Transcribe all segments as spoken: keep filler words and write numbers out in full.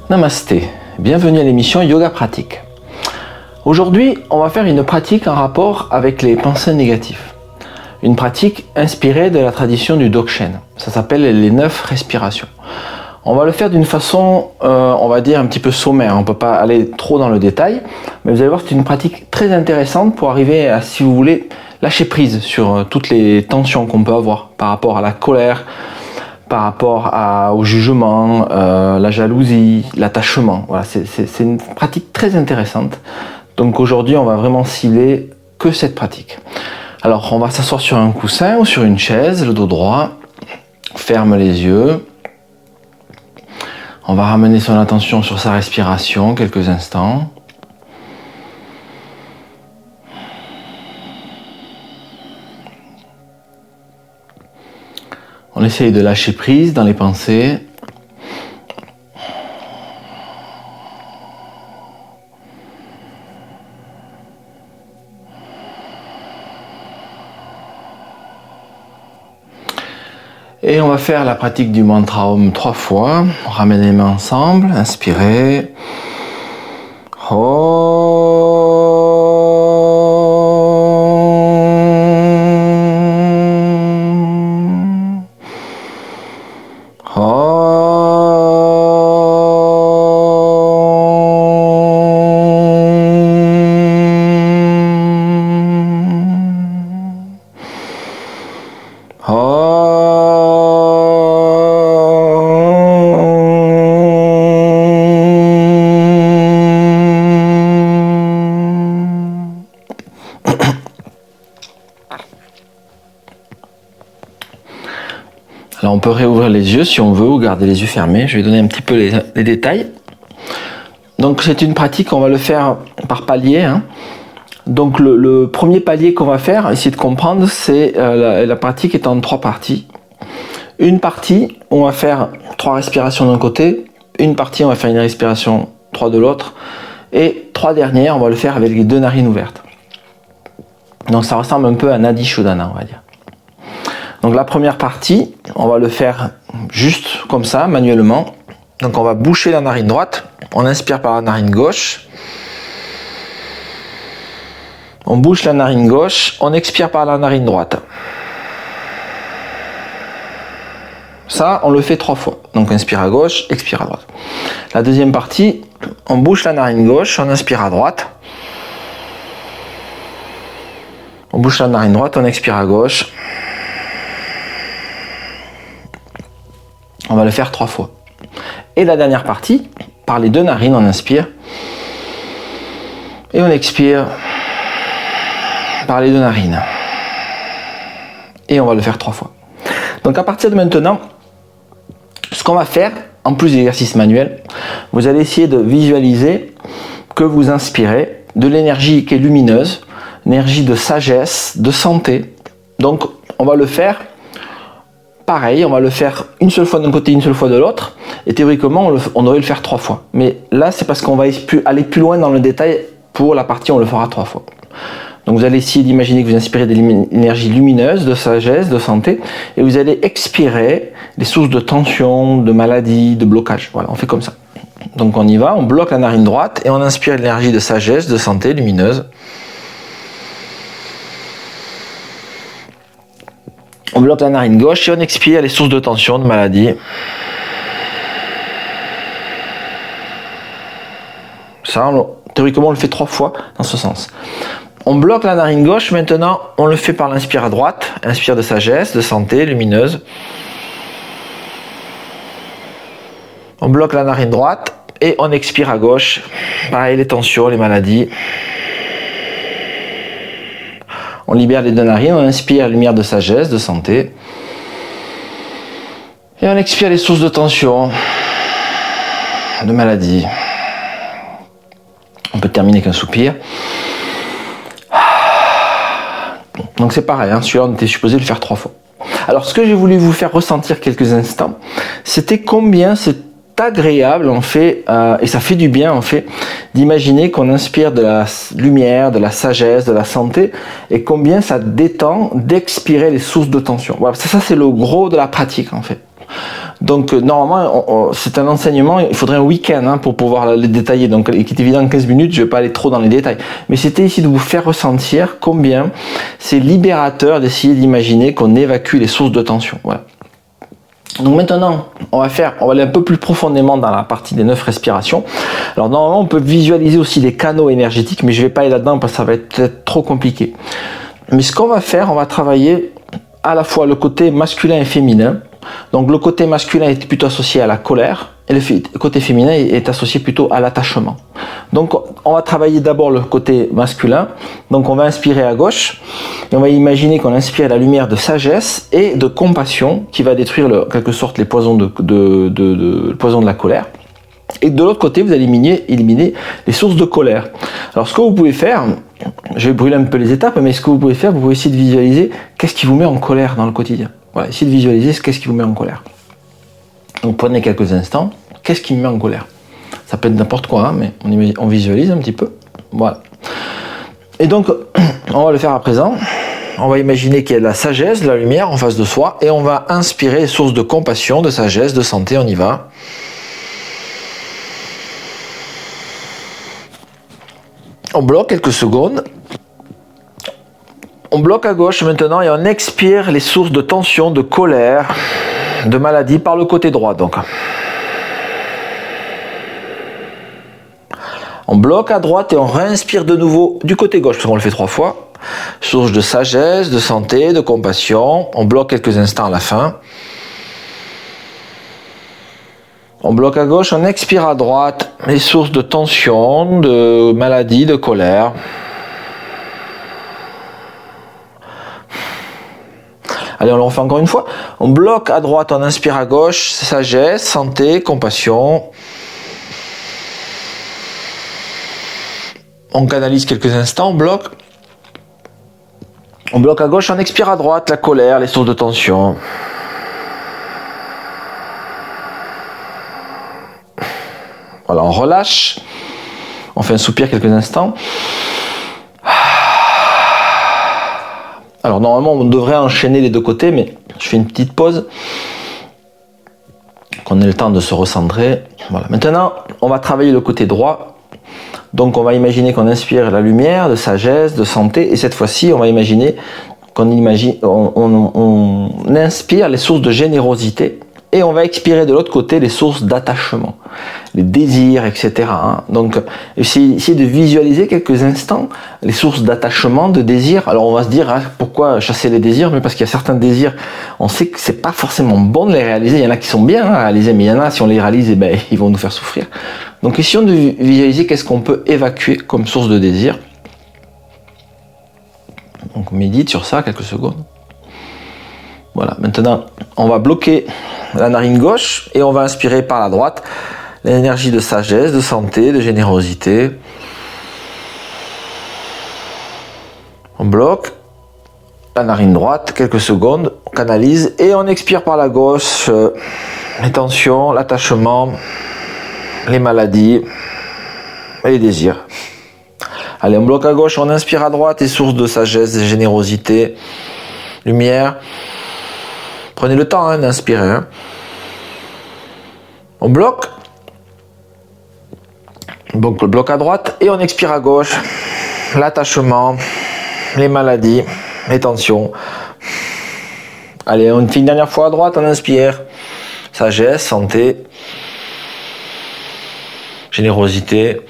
Namasté, bienvenue à l'émission Yoga Pratique. Aujourd'hui, on va faire une pratique en rapport avec les pensées négatives. Une pratique inspirée de la tradition du Dzogchen. Ça s'appelle les neuf respirations. On va le faire d'une façon, euh, on va dire, un petit peu sommaire. On ne peut pas aller trop dans le détail, mais vous allez voir, c'est une pratique très intéressante pour arriver à, si vous voulez, lâcher prise sur toutes les tensions qu'on peut avoir par rapport à la colère, par rapport à, au jugement, euh, la jalousie, l'attachement. Voilà, c'est, c'est, c'est une pratique très intéressante. Donc aujourd'hui, on va vraiment cibler que cette pratique. Alors, on va s'asseoir sur un coussin ou sur une chaise, le dos droit, ferme les yeux. On va ramener son attention sur sa respiration quelques instants. On essaye de lâcher prise dans les pensées. Et on va faire la pratique du mantra Om trois fois. On ramène les mains ensemble. Inspirez. Om. Alors on peut réouvrir les yeux si on veut ou garder les yeux fermés. Je vais donner un petit peu les, les détails. Donc c'est une pratique, on va le faire par palier. Hein. Donc le, le premier palier qu'on va faire, essayer de comprendre, c'est euh, la, la pratique est en trois parties. Une partie, on va faire trois respirations d'un côté. Une partie, on va faire une respiration trois de l'autre. Et trois dernières, on va le faire avec les deux narines ouvertes. Donc ça ressemble un peu à Nadi Shodhana, on va dire. Donc la première partie, on va le faire juste comme ça, manuellement. Donc on va boucher la narine droite, on inspire par la narine gauche. On bouche la narine gauche, on expire par la narine droite. Ça, on le fait trois fois. Donc inspire à gauche, expire à droite. La deuxième partie, on bouche la narine gauche, on inspire à droite. On bouche la narine droite, on expire à gauche. On va le faire trois fois. Et la dernière partie, par les deux narines, on inspire. Et on expire par les deux narines. Et on va le faire trois fois. Donc à partir de maintenant, ce qu'on va faire, en plus des exercices manuels, vous allez essayer de visualiser que vous inspirez de l'énergie qui est lumineuse, énergie de sagesse, de santé. Donc on va le faire pareil, on va le faire une seule fois d'un côté, une seule fois de l'autre, et théoriquement on, le, on devrait le faire trois fois. Mais là c'est parce qu'on va aller plus loin dans le détail. Pour la partie on le fera trois fois. Donc vous allez essayer d'imaginer que vous inspirez de l'énergie lumineuse, de sagesse, de santé, et vous allez expirer les sources de tension, de maladie, de blocage. Voilà, on fait comme ça. Donc on y va, on bloque la narine droite et on inspire l'énergie de sagesse, de santé, lumineuse. On bloque la narine gauche et on expire les sources de tension, de maladie. Ça, on, théoriquement, on le fait trois fois dans ce sens. On bloque la narine gauche, maintenant, on le fait par l'inspire à droite. Inspire de sagesse, de santé, lumineuse. On bloque la narine droite et on expire à gauche. Pareil, les tensions, les maladies. On libère les deux narines, on inspire lumière de sagesse, de santé. Et on expire les sources de tension, de maladie. On peut terminer qu'un soupir. Donc c'est pareil, hein, celui-là on était supposé le faire trois fois. Alors ce que j'ai voulu vous faire ressentir quelques instants, c'était combien c'est agréable en fait, euh, et ça fait du bien en fait, d'imaginer qu'on inspire de la lumière, de la sagesse, de la santé, et combien ça détend d'expirer les sources de tension. Voilà, ça, ça c'est le gros de la pratique en fait. Donc euh, normalement, c'est un enseignement, il faudrait un week-end hein, pour pouvoir le détailler. Donc il est évident, quinze minutes, je ne vais pas aller trop dans les détails. Mais c'était ici de vous faire ressentir combien c'est libérateur d'essayer d'imaginer qu'on évacue les sources de tension. Voilà. Donc maintenant, on va faire, on va aller un peu plus profondément dans la partie des neuf respirations. Alors normalement, on peut visualiser aussi des canaux énergétiques, mais je ne vais pas aller là-dedans parce que ça va être peut-être trop compliqué. Mais ce qu'on va faire, on va travailler à la fois le côté masculin et féminin. Donc le côté masculin est plutôt associé à la colère et le côté féminin est associé plutôt à l'attachement. Donc on va travailler d'abord le côté masculin. Donc on va inspirer à gauche et on va imaginer qu'on inspire la lumière de sagesse et de compassion qui va détruire le, en quelque sorte les poisons de, de, de, de, le poison de la colère. Et de l'autre côté, vous allez éliminer, éliminer les sources de colère. Alors ce que vous pouvez faire, je vais brûler un peu les étapes, mais ce que vous pouvez faire, vous pouvez essayer de visualiser qu'est-ce qui vous met en colère dans le quotidien. Voilà, essayez de visualiser ce qu'est-ce qui vous met en colère. Donc prenez quelques instants, qu'est-ce qui me met en colère? Ça peut être n'importe quoi, hein, mais on, on visualise un petit peu. Voilà. Et donc, on va le faire à présent. On va imaginer qu'il y a de la sagesse, de la lumière en face de soi, et on va inspirer les sources de compassion, de sagesse, de santé, on y va. On bloque quelques secondes. On bloque à gauche maintenant et on expire les sources de tension, de colère, de maladie par le côté droit. Donc, on bloque à droite et on réinspire de nouveau du côté gauche, parce qu'on le fait trois fois. Source de sagesse, de santé, de compassion. On bloque quelques instants à la fin. On bloque à gauche, on expire à droite les sources de tension, de maladie, de colère. Allez, on le refait encore une fois. On bloque à droite, on inspire à gauche, sagesse, santé, compassion. On canalise quelques instants, on bloque. On bloque à gauche, on expire à droite, la colère, les sources de tension. Voilà, on relâche. On fait un soupir quelques instants. Alors normalement on devrait enchaîner les deux côtés, mais je fais une petite pause, qu'on ait le temps de se recentrer. Voilà. Maintenant on va travailler le côté droit. Donc on va imaginer qu'on inspire la lumière, de sagesse, de santé, et cette fois-ci on va imaginer qu'on imagine, on, on, on inspire les sources de générosité, et on va expirer de l'autre côté les sources d'attachement, les désirs, et cetera. Hein. Donc, essayez de visualiser quelques instants les sources d'attachement, de désirs. Alors, on va se dire, hein, pourquoi chasser les désirs? Mais parce qu'il y a certains désirs, on sait que c'est pas forcément bon de les réaliser. Il y en a qui sont bien à réaliser, mais il y en a, si on les réalise, eh ben, ils vont nous faire souffrir. Donc, essayons de visualiser qu'est-ce qu'on peut évacuer comme source de désir. Donc, on médite sur ça quelques secondes. Voilà, maintenant, on va bloquer la narine gauche et on va inspirer par la droite l'énergie de sagesse, de santé, de générosité. On bloque la narine droite, quelques secondes, on canalise et on expire par la gauche euh, les tensions, l'attachement, les maladies et les désirs. Allez, on bloque à gauche, on inspire à droite, les sources de sagesse, de générosité, lumière. Prenez le temps hein, d'inspirer. Hein. On bloque. Donc le bloc à droite et on expire à gauche. L'attachement, les maladies, les tensions. Allez, on fait une dernière fois à droite, on inspire. Sagesse, santé, générosité.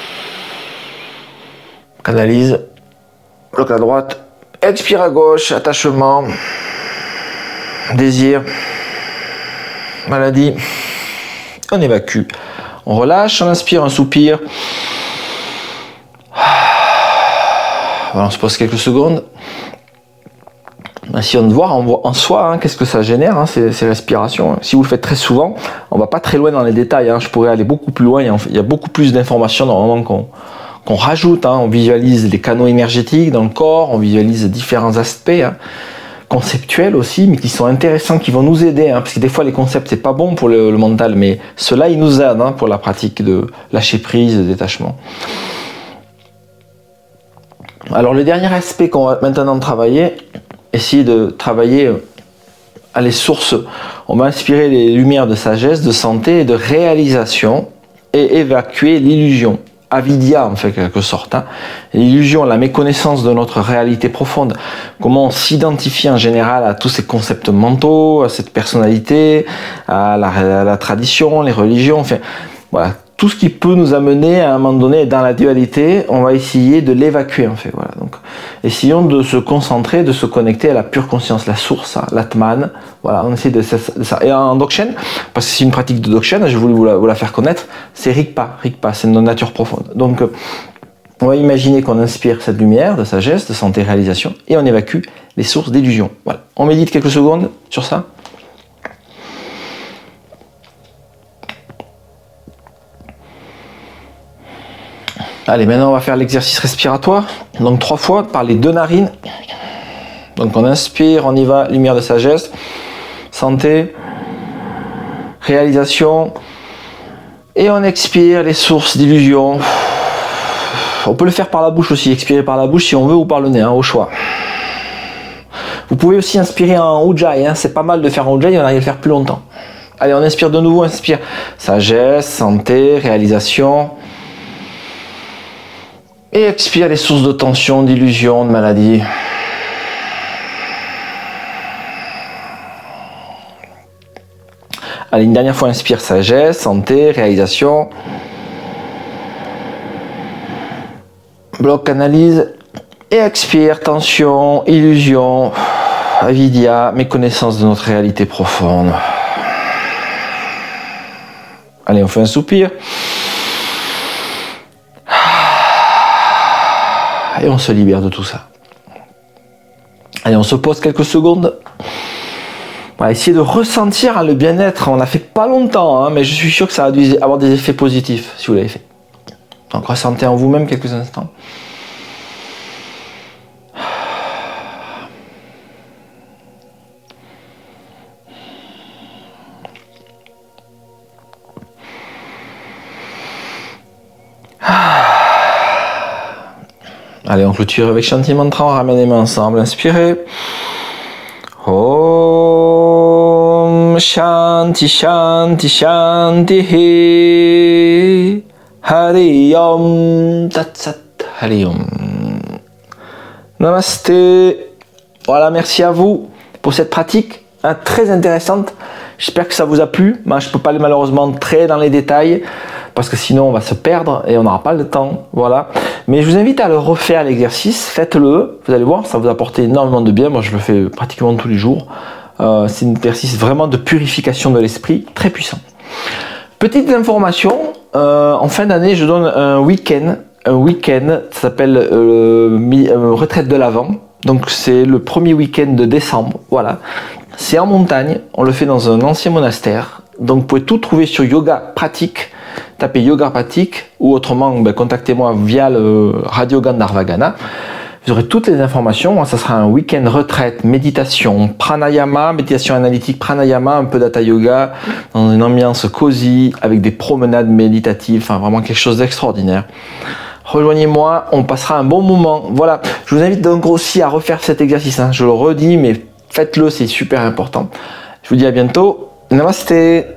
Canalise. Bloc à droite. Expire à gauche, attachement. Désir, maladie, on évacue, on relâche, on inspire, un soupir, voilà, on se pose quelques secondes, essayons de voir en, en soi hein, qu'est-ce que ça génère, hein, ces, ces respirations. Si vous le faites très souvent, on va pas très loin dans les détails, hein, je pourrais aller beaucoup plus loin, il y a beaucoup plus d'informations normalement qu'on qu'on rajoute, hein, on visualise les canaux énergétiques dans le corps, on visualise différents aspects, hein, conceptuels aussi, mais qui sont intéressants, qui vont nous aider, hein, parce que des fois les concepts c'est pas bon pour le, le mental, mais cela ils nous aident hein, pour la pratique de lâcher prise, de détachement. Alors le dernier aspect qu'on va maintenant travailler, essayer de travailler les sources, on va inspirer les lumières de sagesse, de santé et de réalisation et évacuer l'illusion. Avidya en fait quelque sorte. Hein. L'illusion, la méconnaissance de notre réalité profonde. Comment on s'identifie en général à tous ces concepts mentaux, à cette personnalité, à la, à la tradition, les religions, enfin voilà. Tout ce qui peut nous amener à un moment donné dans la dualité, on va essayer de l'évacuer en fait. Voilà. Donc, essayons de se concentrer, de se connecter à la pure conscience, la source, l'Atman. Voilà, on essaie de ça. Et en Dzogchen, parce que c'est une pratique de Dzogchen, je voulais vous la, vous la faire connaître, c'est Rigpa. Rigpa, c'est notre nature profonde. Donc, on va imaginer qu'on inspire cette lumière de sagesse, de santé, réalisation, et on évacue les sources d'illusion. Voilà. On médite quelques secondes sur ça. Allez, maintenant on va faire l'exercice respiratoire. Donc trois fois par les deux narines. Donc on inspire, on y va, lumière de sagesse, santé, réalisation. Et on expire les sources d'illusion. On peut le faire par la bouche aussi, expirer par la bouche si on veut ou par le nez, hein, au choix. Vous pouvez aussi inspirer en Ujjayi, hein, c'est pas mal de faire en Ujjayi, on arrive à le faire plus longtemps. Allez, on inspire de nouveau, inspire sagesse, santé, réalisation. Et expire les sources de tension, d'illusion, de maladie. Allez, une dernière fois, inspire sagesse, santé, réalisation. Bloc, analyse. Et expire tension, illusion, avidya, méconnaissance de notre réalité profonde. Allez, on fait un soupir. Et on se libère de tout ça. Allez, on se pose quelques secondes. On va essayer de ressentir le bien-être. On n'a fait pas longtemps, hein, mais je suis sûr que ça va avoir des effets positifs si vous l'avez fait. Donc ressentez en vous-même quelques instants. Allez, on clôture avec Shanti Mantra, on ramène les mains ensemble, inspirez. Om Shanti Shanti Shanti Hari Om Tat Sat Hari Om. Namasté. Voilà, merci à vous pour cette pratique hein, très intéressante. J'espère que ça vous a plu. Moi, je ne peux pas aller malheureusement très dans les détails parce que sinon on va se perdre et on n'aura pas le temps. Voilà. Mais je vous invite à le refaire l'exercice. Faites-le. Vous allez voir, ça vous apporte énormément de bien. Moi, je le fais pratiquement tous les jours. Euh, c'est un exercice vraiment de purification de l'esprit, très puissant. Petite information. Euh, en fin d'année, je donne un week-end. Un week-end, ça s'appelle euh, mi- euh, retraite de l'Avent. Donc c'est le premier week-end de décembre. Voilà. C'est en montagne, on le fait dans un ancien monastère. Donc vous pouvez tout trouver sur Yoga Pratique. Tapez Yoga Pratique ou autrement ben, contactez-moi via le Radio Gandharvagana. Vous aurez toutes les informations. Ça sera un week-end retraite, méditation, pranayama, méditation analytique, pranayama, un peu d'hatha yoga, dans une ambiance cosy, avec des promenades méditatives. Enfin vraiment quelque chose d'extraordinaire. Rejoignez-moi, on passera un bon moment. Voilà, je vous invite donc aussi à refaire cet exercice. Hein. Je le redis, mais faites-le, c'est super important. Je vous dis à bientôt. Namasté.